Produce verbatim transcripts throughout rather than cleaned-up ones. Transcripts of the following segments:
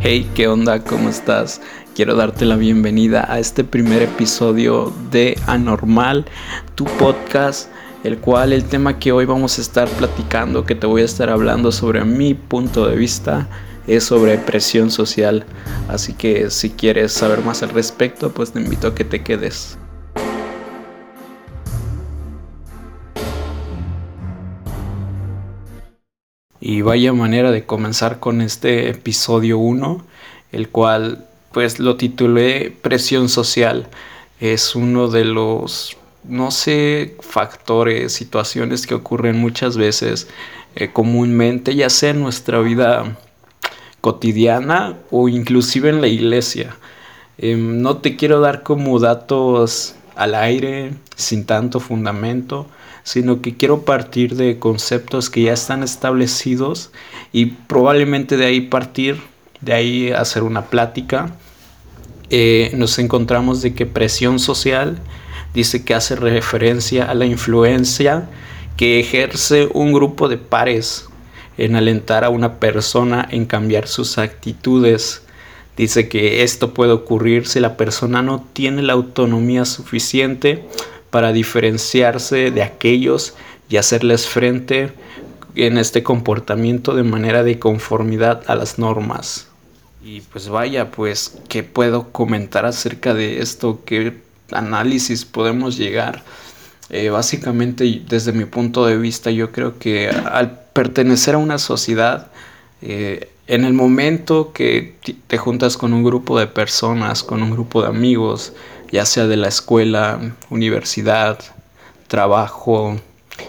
Hey, ¿qué onda? ¿Cómo estás? Quiero darte la bienvenida a este primer episodio de Anormal, tu podcast, el cual el tema que hoy vamos a estar platicando, que te voy a estar hablando sobre mi punto de vista, es sobre presión social. Así que si quieres saber más al respecto, pues te invito a que te quedes. Y vaya manera de comenzar con este episodio uno, el cual pues lo titulé Presión social. Es uno de los, no sé, factores, situaciones que ocurren muchas veces eh, comúnmente, ya sea en nuestra vida cotidiana o inclusive en la iglesia. Eh, no te quiero dar como datos al aire sin tanto fundamento, sino que quiero partir de conceptos que ya están establecidos y probablemente de ahí partir, de ahí hacer una plática. Eh, nos encontramos de que presión social dice que hace referencia a la influencia que ejerce un grupo de pares en alentar a una persona en cambiar sus actitudes. Dice que esto puede ocurrir si la persona no tiene la autonomía suficiente para diferenciarse de aquellos y hacerles frente en este comportamiento de manera de conformidad a las normas. Y pues vaya, pues, ¿qué puedo comentar acerca de esto? ¿Qué análisis podemos llegar? Eh, básicamente, desde mi punto de vista, yo creo que al pertenecer a una sociedad, eh, en el momento que te juntas con un grupo de personas, con un grupo de amigos, ya sea de la escuela, universidad, trabajo,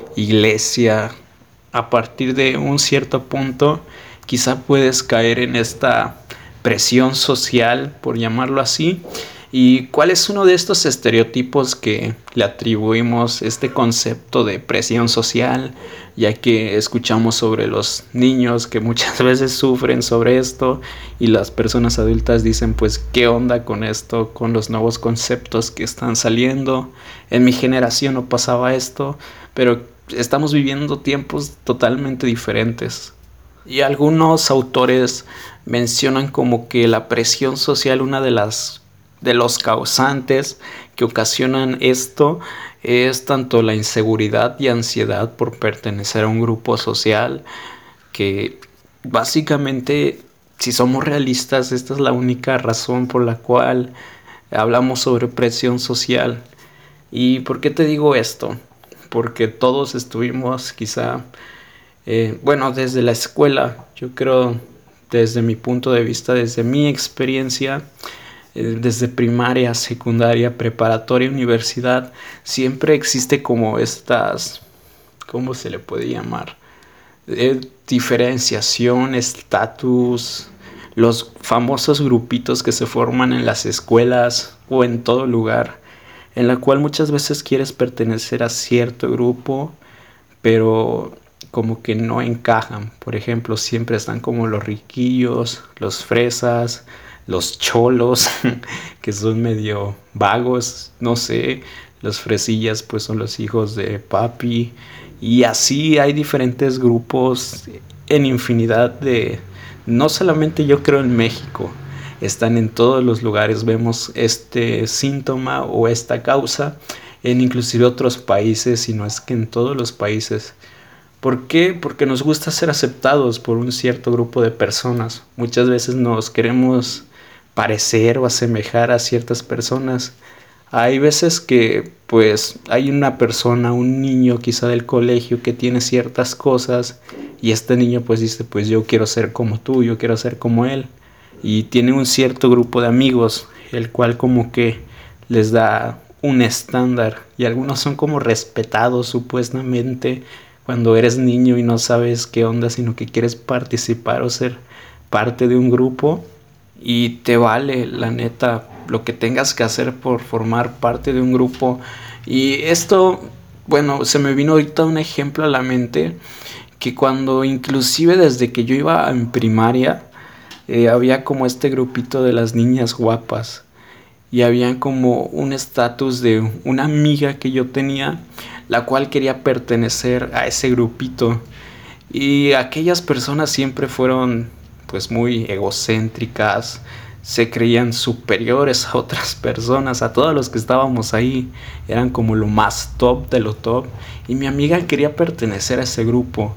iglesia, a partir de un cierto punto, quizá puedes caer en esta presión social, por llamarlo así. ¿Y cuál es uno de estos estereotipos que le atribuimos este concepto de presión social? Ya que escuchamos sobre los niños que muchas veces sufren sobre esto y las personas adultas dicen, pues, ¿qué onda con esto? Con los nuevos conceptos que están saliendo. En mi generación no pasaba esto, pero estamos viviendo tiempos totalmente diferentes. Y algunos autores mencionan como que la presión social, una de las de los causantes que ocasionan esto, es tanto la inseguridad y ansiedad por pertenecer a un grupo social, que básicamente, si somos realistas, esta es la única razón por la cual hablamos sobre presión social. ¿Y por qué te digo esto? Porque todos estuvimos quizá, eh, bueno, desde la escuela, yo creo, desde mi punto de vista, desde mi experiencia, desde primaria, secundaria, preparatoria, universidad, siempre existe como estas, ¿cómo se le puede llamar? Eh, diferenciación, estatus, los famosos grupitos que se forman en las escuelas o en todo lugar, en la cual muchas veces quieres pertenecer a cierto grupo, pero como que no encajan. Por ejemplo, siempre están como los riquillos, los fresas, los cholos, que son medio vagos, no sé, los fresillas pues son los hijos de papi, y así hay diferentes grupos en infinidad de, no solamente yo creo en México, están en todos los lugares, vemos este síntoma o esta causa en inclusive otros países, si no es que en todos los países. ¿Por qué? Porque nos gusta ser aceptados por un cierto grupo de personas. Muchas veces nos queremos parecer o asemejar a ciertas personas. Hay veces que pues hay una persona, un niño quizá del colegio que tiene ciertas cosas y este niño pues dice, pues yo quiero ser como tú, yo quiero ser como él, y tiene un cierto grupo de amigos el cual como que les da un estándar y algunos son como respetados supuestamente cuando eres niño y no sabes qué onda, sino que quieres participar o ser parte de un grupo. Y te vale, la neta, lo que tengas que hacer por formar parte de un grupo. Y esto, bueno, se me vino ahorita un ejemplo a la mente, que cuando inclusive desde que yo iba en primaria, eh, había como este grupito de las niñas guapas. Y había como un estatus de una amiga que yo tenía, la cual quería pertenecer a ese grupito. Y aquellas personas siempre fueron pues muy egocéntricas, se creían superiores a otras personas, a todos los que estábamos ahí, eran como lo más top de lo top, y mi amiga quería pertenecer a ese grupo,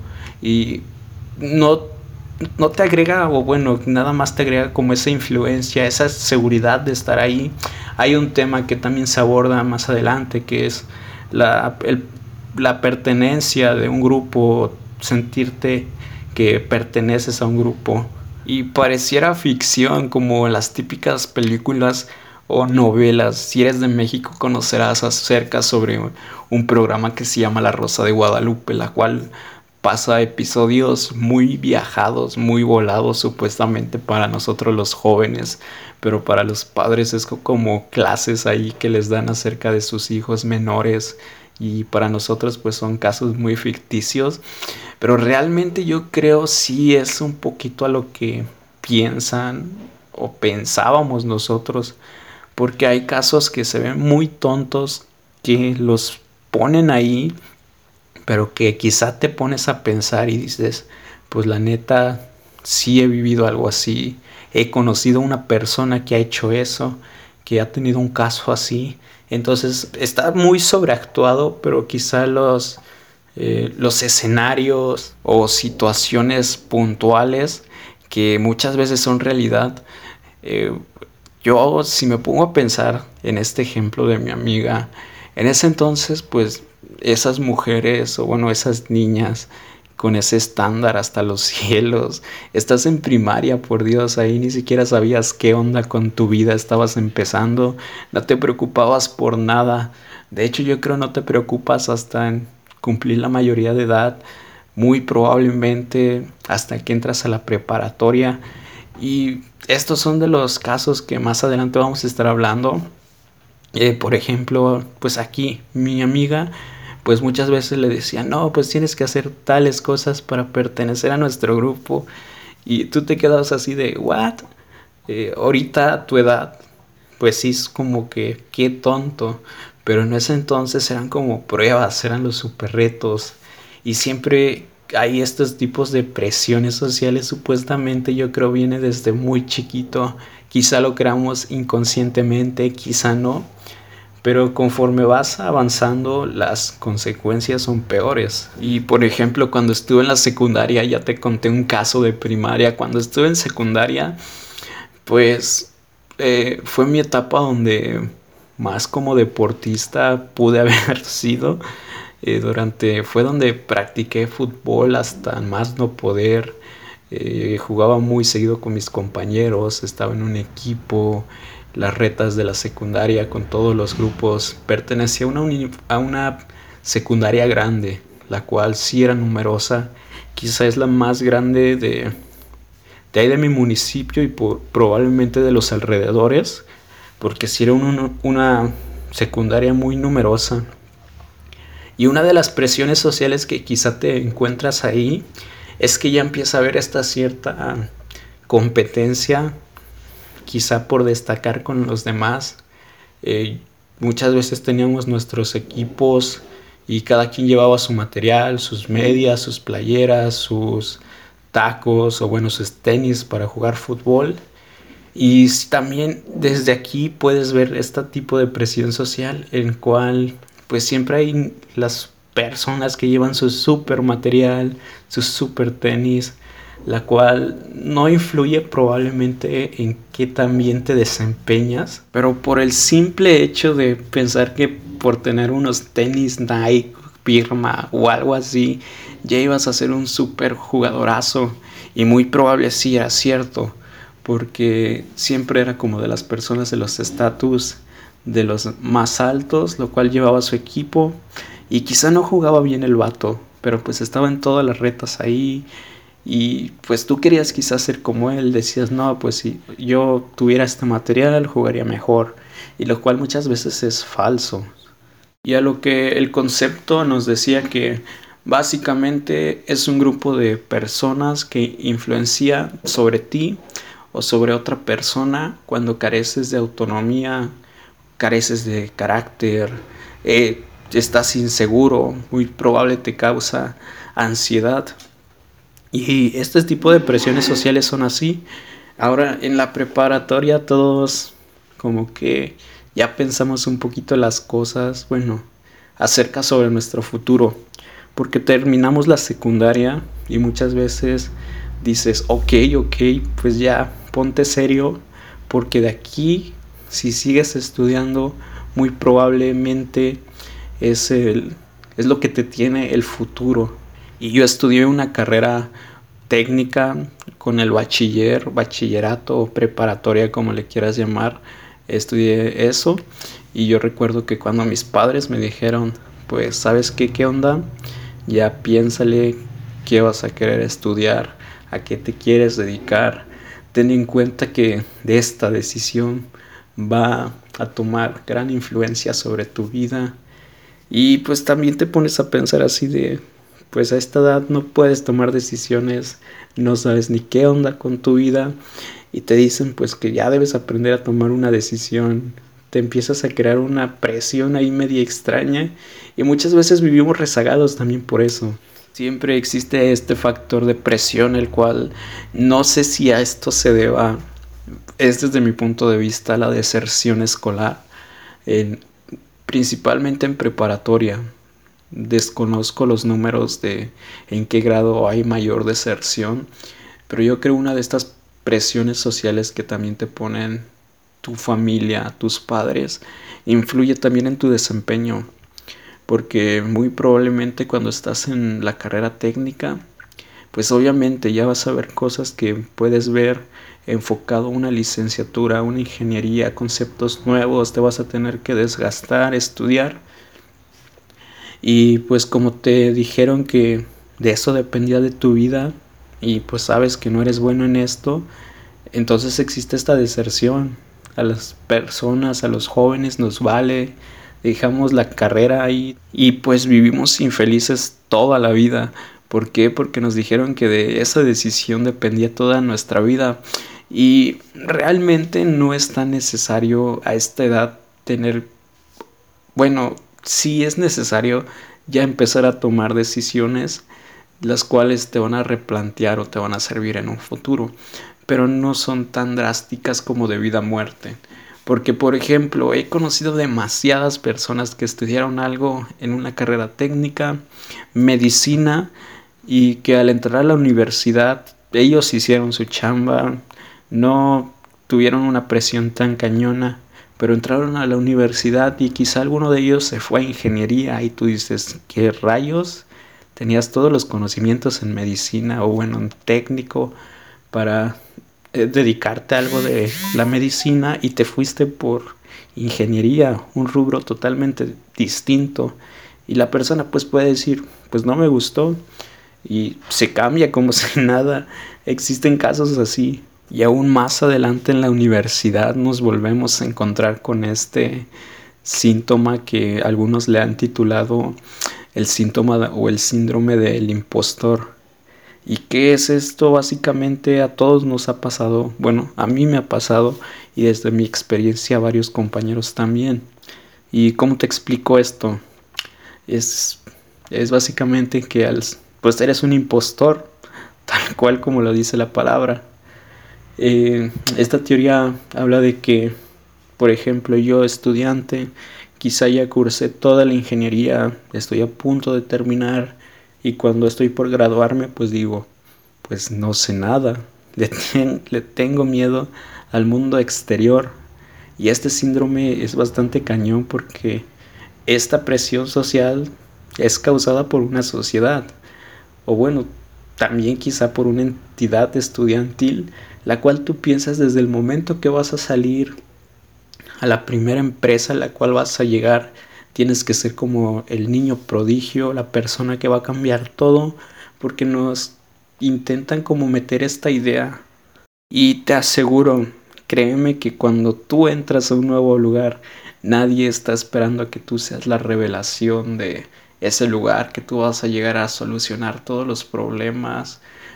y no, no te agrega, o bueno, nada más te agrega como esa influencia, esa seguridad de estar ahí. Hay un tema que también se aborda más adelante, que es la, el, la pertenencia de un grupo, sentirte que perteneces a un grupo. Y pareciera ficción, como las típicas películas o novelas. Si eres de México conocerás acerca sobre un programa que se llama La Rosa de Guadalupe, la cual pasa episodios muy viajados, muy volados supuestamente para nosotros los jóvenes, pero para los padres es como clases ahí que les dan acerca de sus hijos menores, y para nosotros pues son casos muy ficticios, pero realmente yo creo sí es un poquito a lo que piensan o pensábamos nosotros, porque hay casos que se ven muy tontos que los ponen ahí, pero que quizá te pones a pensar y dices, pues la neta, sí he vivido algo así, he conocido a una persona que ha hecho eso, que ha tenido un caso así. Entonces está muy sobreactuado, pero quizá los, eh, los escenarios o situaciones puntuales que muchas veces son realidad. Eh, yo si me pongo a pensar en este ejemplo de mi amiga, en ese entonces pues esas mujeres o bueno esas niñas con ese estándar hasta los cielos, estás en primaria, por Dios, ahí ni siquiera sabías qué onda con tu vida, estabas empezando, no te preocupabas por nada. De hecho yo creo no te preocupas hasta en cumplir la mayoría de edad, muy probablemente hasta que entras a la preparatoria. Y estos son de los casos que más adelante vamos a estar hablando. Eh, por ejemplo, pues aquí mi amiga, pues muchas veces le decía, no, pues tienes que hacer tales cosas para pertenecer a nuestro grupo. Y tú te quedabas así de, ¿what? Eh, ahorita a tu edad, pues sí es como que, qué tonto. Pero en ese entonces eran como pruebas, eran los super retos. Y siempre hay estos tipos de presiones sociales, supuestamente yo creo viene desde muy chiquito. Quizá lo creamos inconscientemente, quizá no. Pero conforme vas avanzando, las consecuencias son peores. Y por ejemplo, cuando estuve en la secundaria, ya te conté un caso de primaria. Cuando estuve en secundaria, pues eh, fue mi etapa donde más como deportista pude haber sido. Eh, durante, fue donde practiqué fútbol hasta más no poder. Eh, jugaba muy seguido con mis compañeros, estaba en un equipo, las retas de la secundaria con todos los grupos. Pertenecía a una, uni- a una secundaria grande, la cual sí era numerosa, quizá es la más grande de, de ahí de mi municipio y por, probablemente de los alrededores, porque sí era un- una secundaria muy numerosa. Y una de las presiones sociales que quizá te encuentras ahí es que ya empieza a haber esta cierta competencia, quizá por destacar con los demás. Eh, muchas veces teníamos nuestros equipos y cada quien llevaba su material, sus medias, sus playeras, sus tacos o bueno, sus tenis para jugar fútbol. Y también desde aquí puedes ver este tipo de presión social en el cual pues siempre hay las personas que llevan su super material, sus super tenis, la cual no influye probablemente en qué tan bien te desempeñas, pero por el simple hecho de pensar que por tener unos tenis Nike, Pirma o algo así, ya ibas a ser un super jugadorazo, y muy probable sí era cierto, porque siempre era como de las personas de los estatus de los más altos, lo cual llevaba su equipo y quizá no jugaba bien el vato, pero pues estaba en todas las retas ahí y pues tú querías quizás ser como él, decías, no, pues si yo tuviera este material jugaría mejor, y lo cual muchas veces es falso. Y a lo que el concepto nos decía que básicamente es un grupo de personas que influencia sobre ti o sobre otra persona cuando careces de autonomía, careces de carácter, eh, estás inseguro, muy probable te causa ansiedad. Y este tipo de presiones sociales son así. Ahora en la preparatoria todos como que ya pensamos un poquito las cosas, bueno, acerca sobre nuestro futuro. Porque terminamos la secundaria y muchas veces dices, ok, ok, pues ya ponte serio, porque de aquí, si sigues estudiando, muy probablemente es, el, es lo que te tiene el futuro. Y yo estudié una carrera técnica con el bachiller, bachillerato o preparatoria, como le quieras llamar. Estudié eso y yo recuerdo que cuando mis padres me dijeron, pues, ¿sabes qué? ¿Qué onda? Ya piénsale qué vas a querer estudiar, a qué te quieres dedicar. Ten en cuenta que de esta decisión va a tomar gran influencia sobre tu vida. Y pues también te pones a pensar así de, pues a esta edad no puedes tomar decisiones, no sabes ni qué onda con tu vida y te dicen pues que ya debes aprender a tomar una decisión. Te empiezas a crear una presión ahí media extraña y muchas veces vivimos rezagados también por eso. Siempre existe este factor de presión, el cual no sé si a esto se deba, es desde mi punto de vista la deserción escolar, en, principalmente en preparatoria. Desconozco los números de en qué grado hay mayor deserción, pero yo creo una de estas presiones sociales que también te ponen tu familia, tus padres, influye también en tu desempeño, porque muy probablemente cuando estás en la carrera técnica, pues obviamente ya vas a ver cosas que puedes ver enfocado a una licenciatura, una ingeniería, conceptos nuevos, te vas a tener que desgastar, estudiar. Y pues como te dijeron que de eso dependía de tu vida y pues sabes que no eres bueno en esto, entonces existe esta deserción. A las personas, a los jóvenes nos vale, dejamos la carrera ahí y pues vivimos infelices toda la vida. ¿Por qué? Porque nos dijeron que de esa decisión dependía toda nuestra vida y realmente no es tan necesario a esta edad tener, bueno, sí es necesario ya empezar a tomar decisiones las cuales te van a replantear o te van a servir en un futuro, pero no son tan drásticas como de vida a muerte. Porque, por ejemplo, he conocido demasiadas personas que estudiaron algo en una carrera técnica, medicina, y que al entrar a la universidad ellos hicieron su chamba, no tuvieron una presión tan cañona, pero entraron a la universidad y quizá alguno de ellos se fue a ingeniería y tú dices, ¿qué rayos? Tenías todos los conocimientos en medicina o bueno, en técnico para eh, dedicarte a algo de la medicina y te fuiste por ingeniería, un rubro totalmente distinto. Y la persona pues puede decir, pues no me gustó y se cambia como si nada. Existen casos así. Y aún más adelante en la universidad nos volvemos a encontrar con este síntoma que algunos le han titulado el síntoma o el síndrome del impostor. ¿Y qué es esto? Básicamente a todos nos ha pasado, bueno, a mí me ha pasado y desde mi experiencia a varios compañeros también. ¿Y cómo te explico esto? Es, es básicamente que al, pues eres un impostor, tal cual como lo dice la palabra. Eh, esta teoría habla de que, por ejemplo, yo estudiante, quizá ya cursé toda la ingeniería, estoy a punto de terminar y cuando estoy por graduarme, pues digo, pues no sé nada, le, ten, le tengo miedo al mundo exterior y este síndrome es bastante cañón porque esta presión social es causada por una sociedad o bueno, también quizá por una entidad estudiantil, la cual tú piensas desde el momento que vas a salir a la primera empresa a la cual vas a llegar, tienes que ser como el niño prodigio, la persona que va a cambiar todo, porque nos intentan como meter esta idea. Y te aseguro, créeme que cuando tú entras a un nuevo lugar, nadie está esperando a que tú seas la revelación de ese lugar, que tú vas a llegar a solucionar todos los problemas.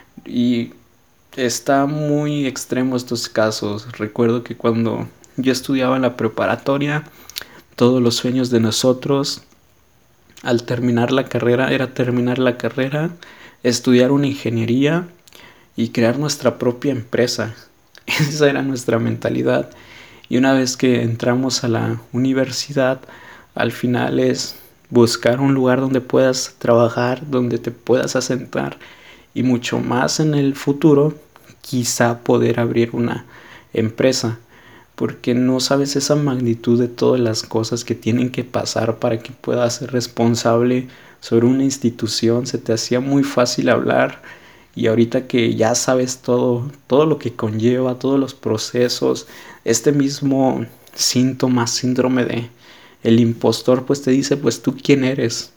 Y está muy extremo estos casos. Recuerdo que cuando yo estudiaba en la preparatoria, todos los sueños de nosotros al terminar la carrera era terminar la carrera, estudiar una ingeniería y crear nuestra propia empresa. Esa era nuestra mentalidad. Y una vez que entramos a la universidad, al final es buscar un lugar donde puedas trabajar, donde te puedas asentar y mucho más en el futuro, quizá poder abrir una empresa, porque no sabes esa magnitud de todas las cosas que tienen que pasar para que puedas ser responsable sobre una institución. Se te hacía muy fácil hablar y ahorita que ya sabes todo, todo lo que conlleva, todos los procesos, este mismo síntoma, síndrome de el impostor, pues te dice, pues tú quién eres.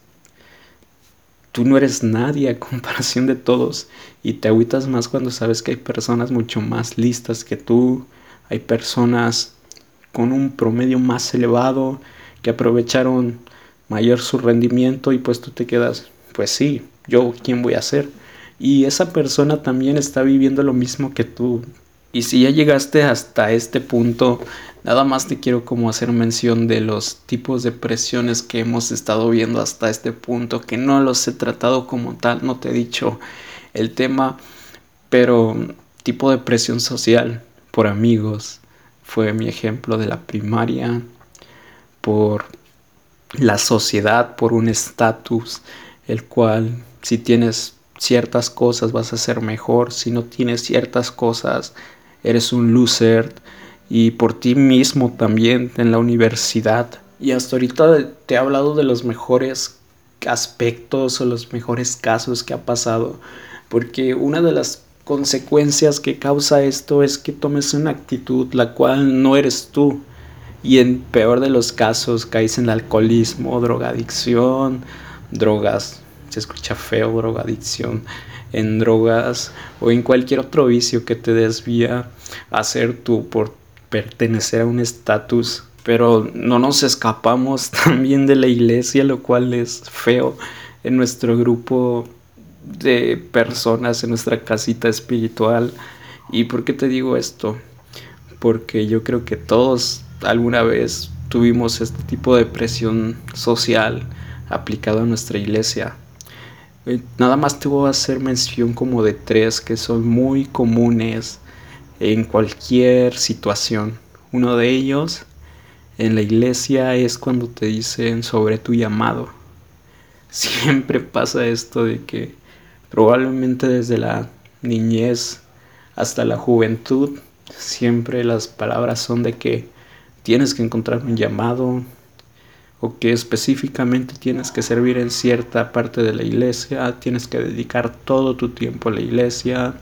Tú no eres nadie a comparación de todos y te agüitas más cuando sabes que hay personas mucho más listas que tú, hay personas con un promedio más elevado que aprovecharon mayor su rendimiento y pues tú te quedas, pues sí, yo quién voy a ser. Y esa persona también está viviendo lo mismo que tú. Y si ya llegaste hasta este punto, nada más te quiero como hacer mención de los tipos de presiones que hemos estado viendo hasta este punto, que no los he tratado como tal, no te he dicho el tema, pero tipo de presión social por amigos, fue mi ejemplo de la primaria, por la sociedad, por un estatus, el cual si tienes ciertas cosas vas a ser mejor, si no tienes ciertas cosas eres un loser, y por ti mismo también en la universidad. Y hasta ahorita te he hablado de los mejores aspectos o los mejores casos que ha pasado, porque una de las consecuencias que causa esto es que tomes una actitud la cual no eres tú, y en peor de los casos caes en alcoholismo, drogadicción, drogas, se escucha feo, drogadicción, en drogas o en cualquier otro vicio que te desvía a ser tú por pertenecer a un estatus. Pero no nos escapamos también de la iglesia, lo cual es feo. En nuestro grupo de personas, en nuestra casita espiritual. ¿Y por qué te digo esto? Porque yo creo que todos alguna vez tuvimos este tipo de presión social aplicado a nuestra iglesia. Nada más te voy a hacer mención como de tres que son muy comunes en cualquier situación. Uno de ellos en la iglesia es cuando te dicen sobre tu llamado. Siempre pasa esto de que probablemente desde la niñez hasta la juventud, siempre las palabras son de que tienes que encontrar un llamado, o que específicamente tienes que servir en cierta parte de la iglesia, tienes que dedicar todo tu tiempo a la iglesia,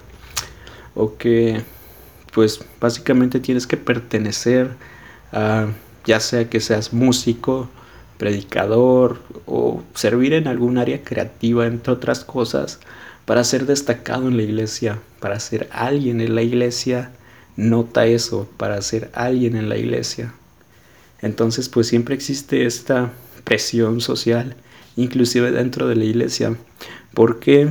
o que pues básicamente tienes que pertenecer a, ya sea que seas músico, predicador o servir en algún área creativa, entre otras cosas, para ser destacado en la iglesia, para ser alguien en la iglesia. Nota eso, para ser alguien en la iglesia. Entonces pues siempre existe esta presión social, inclusive dentro de la iglesia. ¿Por qué?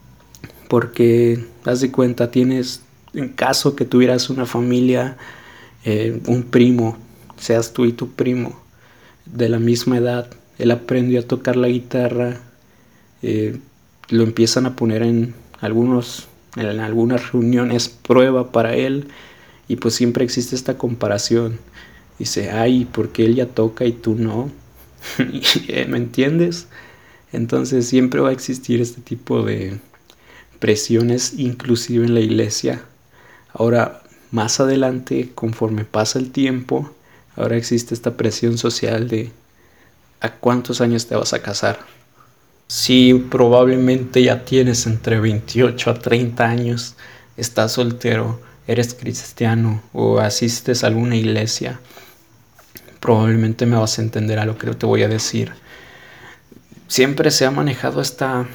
Porque, haz de cuenta, tienes, en caso que tuvieras una familia, eh, un primo, seas tú y tu primo, de la misma edad, él aprendió a tocar la guitarra, eh, lo empiezan a poner en algunos, en algunas reuniones prueba para él, y pues siempre existe esta comparación. Dice, ay, porque él ya toca y tú no. ¿Me entiendes? Entonces siempre va a existir este tipo de presiones, inclusive en la iglesia. Ahora, más adelante, conforme pasa el tiempo, ahora existe esta presión social de ¿a cuántos años te vas a casar? Si probablemente ya tienes entre veintiocho a treinta años, estás soltero, eres cristiano o asistes a alguna iglesia, probablemente me vas a entender a lo que te voy a decir. Siempre se ha manejado esta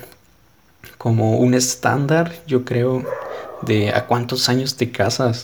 como un estándar, yo creo, de a cuántos años te casas.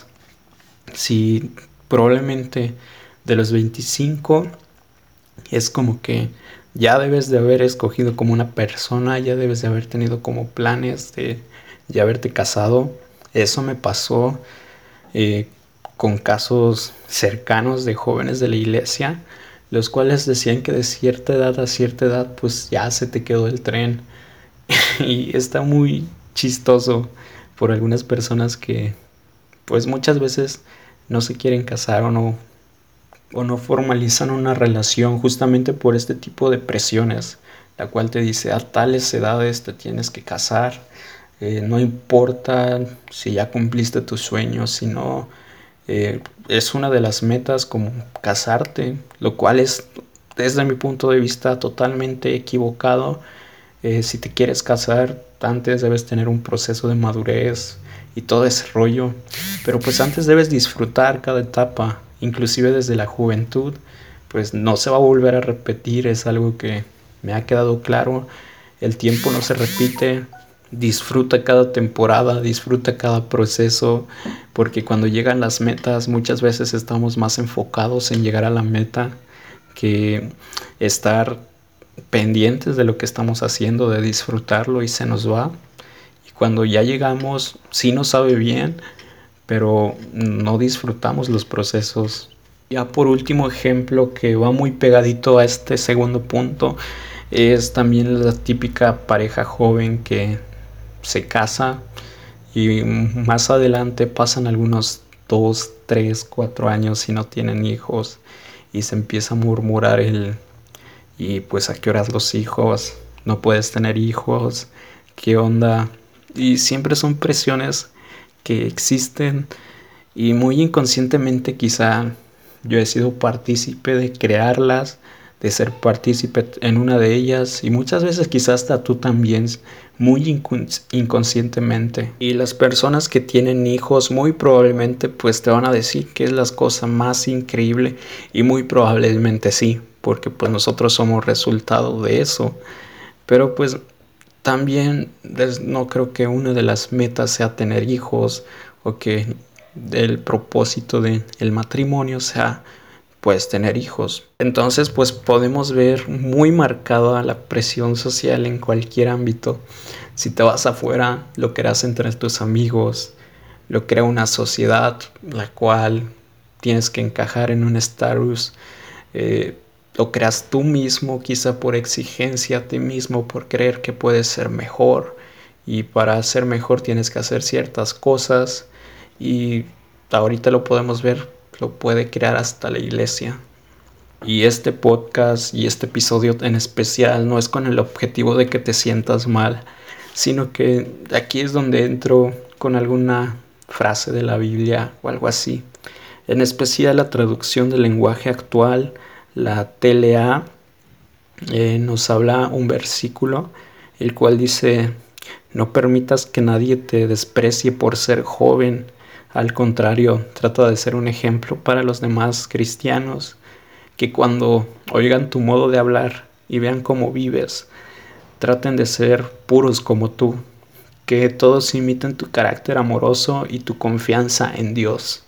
Si probablemente de los veinticinco es como que ya debes de haber escogido como una persona, ya debes de haber tenido como planes de ya haberte casado. Eso me pasó eh, con casos cercanos de jóvenes de la iglesia, los cuales decían que de cierta edad a cierta edad pues ya se te quedó el tren, Y está muy chistoso por algunas personas que pues muchas veces no se quieren casar o no o no formalizan una relación justamente por este tipo de presiones, la cual te dice a tales edades te tienes que casar, eh, no importa si ya cumpliste tus sueños, sino eh, es una de las metas como casarte, lo cual es desde mi punto de vista totalmente equivocado. Eh, si te quieres casar, antes debes tener un proceso de madurez y todo ese rollo. Pero pues antes debes disfrutar cada etapa, inclusive desde la juventud, pues no se va a volver a repetir, es algo que me ha quedado claro. El tiempo no se repite, disfruta cada temporada, disfruta cada proceso, porque cuando llegan las metas muchas veces estamos más enfocados en llegar a la meta que estar pendientes de lo que estamos haciendo, de disfrutarlo y se nos va. Y cuando ya llegamos, sí nos sabe bien, pero no disfrutamos los procesos. Ya por último ejemplo que va muy pegadito a este segundo punto es también la típica pareja joven que se casa y más adelante pasan algunos dos, tres, cuatro años y no tienen hijos y se empieza a murmurar el y pues a qué horas los hijos, no puedes tener hijos, qué onda. Y siempre son presiones que existen y muy inconscientemente quizá yo he sido partícipe de crearlas, de ser partícipe en una de ellas y muchas veces quizás hasta tú también muy incons- inconscientemente. Y las personas que tienen hijos muy probablemente pues te van a decir que es la cosa más increíble y muy probablemente sí, porque pues nosotros somos resultado de eso. Pero pues también no creo que una de las metas sea tener hijos o que el propósito del matrimonio sea pues tener hijos. Entonces pues podemos ver muy marcada la presión social en cualquier ámbito. Si te vas afuera, lo que harás entre tus amigos, lo crea una sociedad la cual tienes que encajar en un status, eh, lo creas tú mismo, quizá por exigencia a ti mismo, por creer que puedes ser mejor. Y para ser mejor tienes que hacer ciertas cosas. Y ahorita lo podemos ver, lo puede crear hasta la iglesia. Y este podcast y este episodio en especial no es con el objetivo de que te sientas mal, sino que aquí es donde entro con alguna frase de la Biblia o algo así. En especial la traducción del lenguaje actual, la T L A, eh, nos habla un versículo, el cual dice: no permitas que nadie te desprecie por ser joven. Al contrario, trata de ser un ejemplo para los demás cristianos, que cuando oigan tu modo de hablar y vean cómo vives, traten de ser puros como tú, que todos imiten tu carácter amoroso y tu confianza en Dios.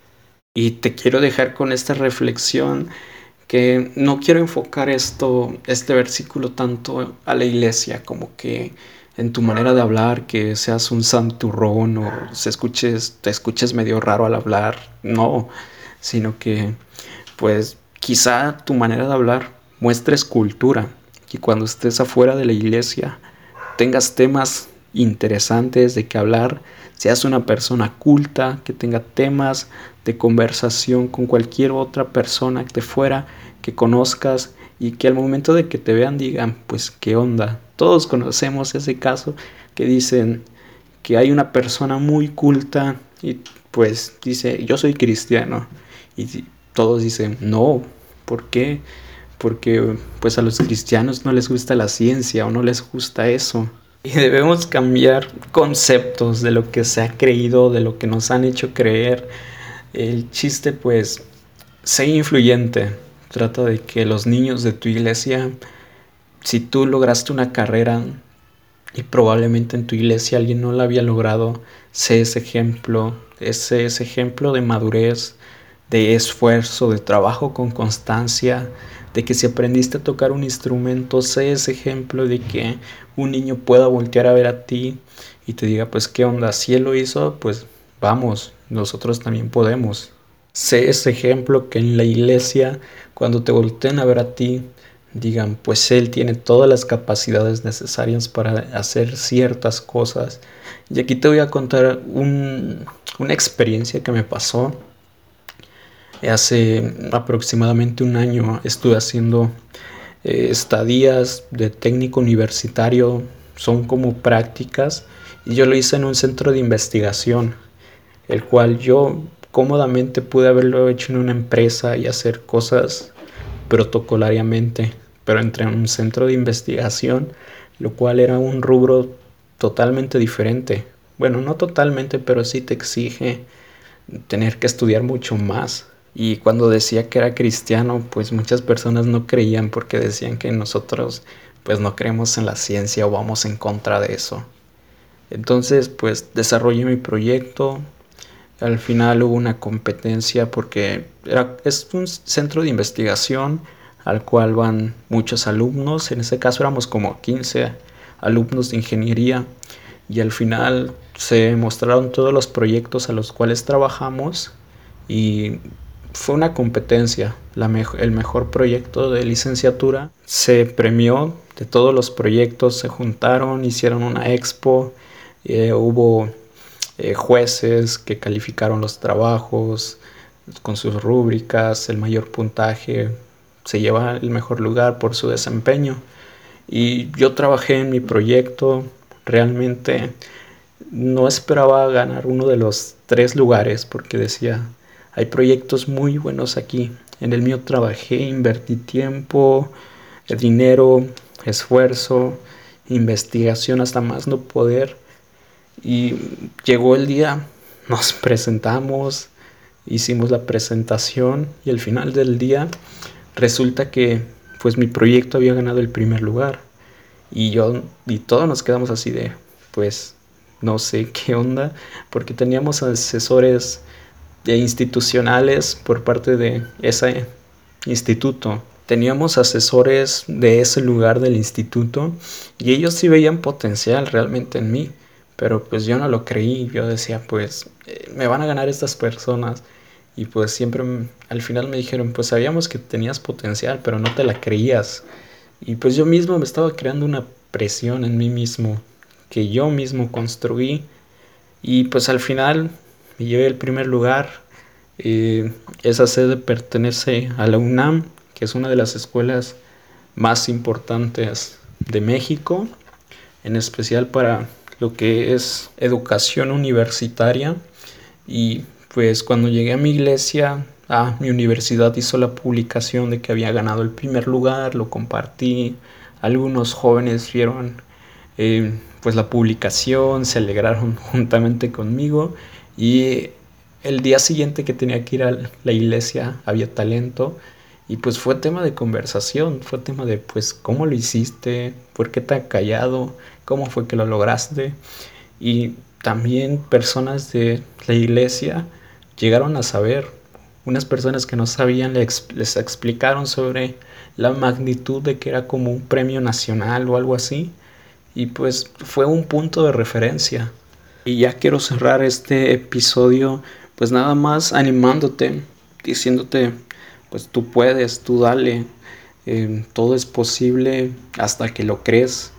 Y te quiero dejar con esta reflexión, que no quiero enfocar esto, este versículo tanto a la iglesia, como que en tu manera de hablar, que seas un santurrón o se escuches, te escuches medio raro al hablar, no, sino que pues quizá tu manera de hablar muestres cultura, que cuando estés afuera de la iglesia tengas temas interesantes de que hablar, seas una persona culta, que tenga temas de conversación con cualquier otra persona de fuera que conozcas y que al momento de que te vean digan, pues qué onda. Todos conocemos ese caso que dicen que hay una persona muy culta y pues dice, yo soy cristiano, y todos dicen, no, ¿por qué? Porque pues a los cristianos no les gusta la ciencia o no les gusta eso. Y debemos cambiar conceptos de lo que se ha creído, de lo que nos han hecho creer. El chiste, pues, sé influyente. Trata de que los niños de tu iglesia, si tú lograste una carrera y probablemente en tu iglesia alguien no la había logrado, sé ese ejemplo, ese, ese ejemplo de madurez, de esfuerzo, de trabajo con constancia, de que si aprendiste a tocar un instrumento, sé ese ejemplo de que un niño pueda voltear a ver a ti y te diga, pues qué onda, si él lo hizo, pues vamos, nosotros también podemos. Sé ese ejemplo que en la iglesia, cuando te volteen a ver a ti, digan, pues él tiene todas las capacidades necesarias para hacer ciertas cosas. Y aquí te voy a contar un, una experiencia que me pasó. Hace aproximadamente un año estuve haciendo eh, estadías de técnico universitario, son como prácticas, y yo lo hice en un centro de investigación, el cual yo cómodamente pude haberlo hecho en una empresa y hacer cosas protocolariamente, pero entré en un centro de investigación, lo cual era un rubro totalmente diferente. Bueno, no totalmente, pero sí te exige tener que estudiar mucho más. Y cuando decía que era cristiano, pues muchas personas no creían porque decían que nosotros pues no creemos en la ciencia o vamos en contra de eso. Entonces pues desarrollé mi proyecto. Al final hubo una competencia porque era, es un centro de investigación al cual van muchos alumnos. En ese caso éramos como quince alumnos de ingeniería y al final se mostraron todos los proyectos a los cuales trabajamos y fue una competencia. La me- el mejor proyecto de licenciatura se premió. De todos los proyectos se juntaron, hicieron una expo, eh, hubo eh, jueces que calificaron los trabajos con sus rúbricas, el mayor puntaje se lleva el mejor lugar por su desempeño. Y yo trabajé en mi proyecto, realmente no esperaba ganar uno de los tres lugares porque decía, hay proyectos muy buenos aquí. En el mío trabajé, invertí tiempo, dinero, esfuerzo, investigación hasta más no poder. Y llegó el día, nos presentamos, hicimos la presentación y al final del día resulta que pues mi proyecto había ganado el primer lugar. Y yo y todos nos quedamos así de, pues no sé qué onda, porque teníamos asesores de institucionales por parte de ese instituto. Teníamos asesores de ese lugar del instituto y ellos sí veían potencial realmente en mí, pero pues yo no lo creí. Yo decía, pues eh, me van a ganar estas personas y pues siempre m- al final me dijeron, pues sabíamos que tenías potencial, pero no te la creías. Y pues yo mismo me estaba creando una presión en mí mismo que yo mismo construí y pues al final me llevé el primer lugar. Eh, esa sede pertenece a la UNAM, que es una de las escuelas más importantes de México, en especial para lo que es educación universitaria. Y pues cuando llegué a mi iglesia, a mi universidad hizo la publicación de que había ganado el primer lugar, lo compartí. Algunos jóvenes vieron eh, pues la publicación, se alegraron juntamente conmigo y el día siguiente que tenía que ir a la iglesia había talento y pues fue tema de conversación, fue tema de pues cómo lo hiciste, por qué tan callado, cómo fue que lo lograste. Y también personas de la iglesia llegaron a saber, unas personas que no sabían les, les explicaron sobre la magnitud de que era como un premio nacional o algo así. Y pues fue un punto de referencia. Y ya quiero cerrar este episodio pues nada más animándote, diciéndote pues tú puedes, tú dale, eh, todo es posible hasta que lo crees.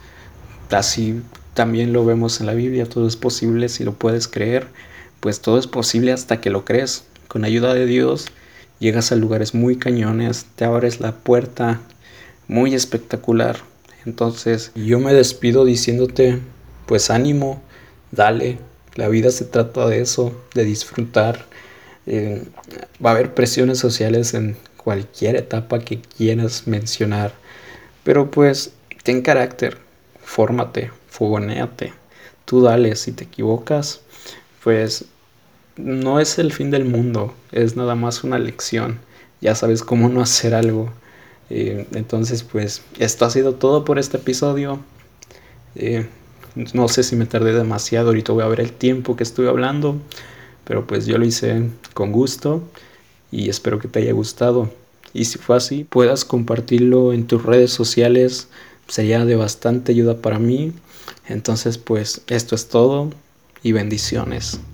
Así también lo vemos en la Biblia, todo es posible si lo puedes creer, pues todo es posible hasta que lo crees. Con ayuda de Dios llegas a lugares muy cañones, te abres la puerta muy espectacular. Entonces yo me despido diciéndote, pues ánimo, dale, la vida se trata de eso, de disfrutar. Eh, va a haber presiones sociales en cualquier etapa que quieras mencionar, pero pues ten carácter, fórmate, fogonéate, tú dale, si te equivocas, pues no es el fin del mundo, es nada más una lección, ya sabes cómo no hacer algo. Eh, entonces pues esto ha sido todo por este episodio. Eh, no sé si me tardé demasiado, ahorita voy a ver el tiempo que estuve hablando, pero pues yo lo hice con gusto y espero que te haya gustado. Y si fue así, puedas compartirlo en tus redes sociales, sería de bastante ayuda para mí. Entonces pues esto es todo y bendiciones.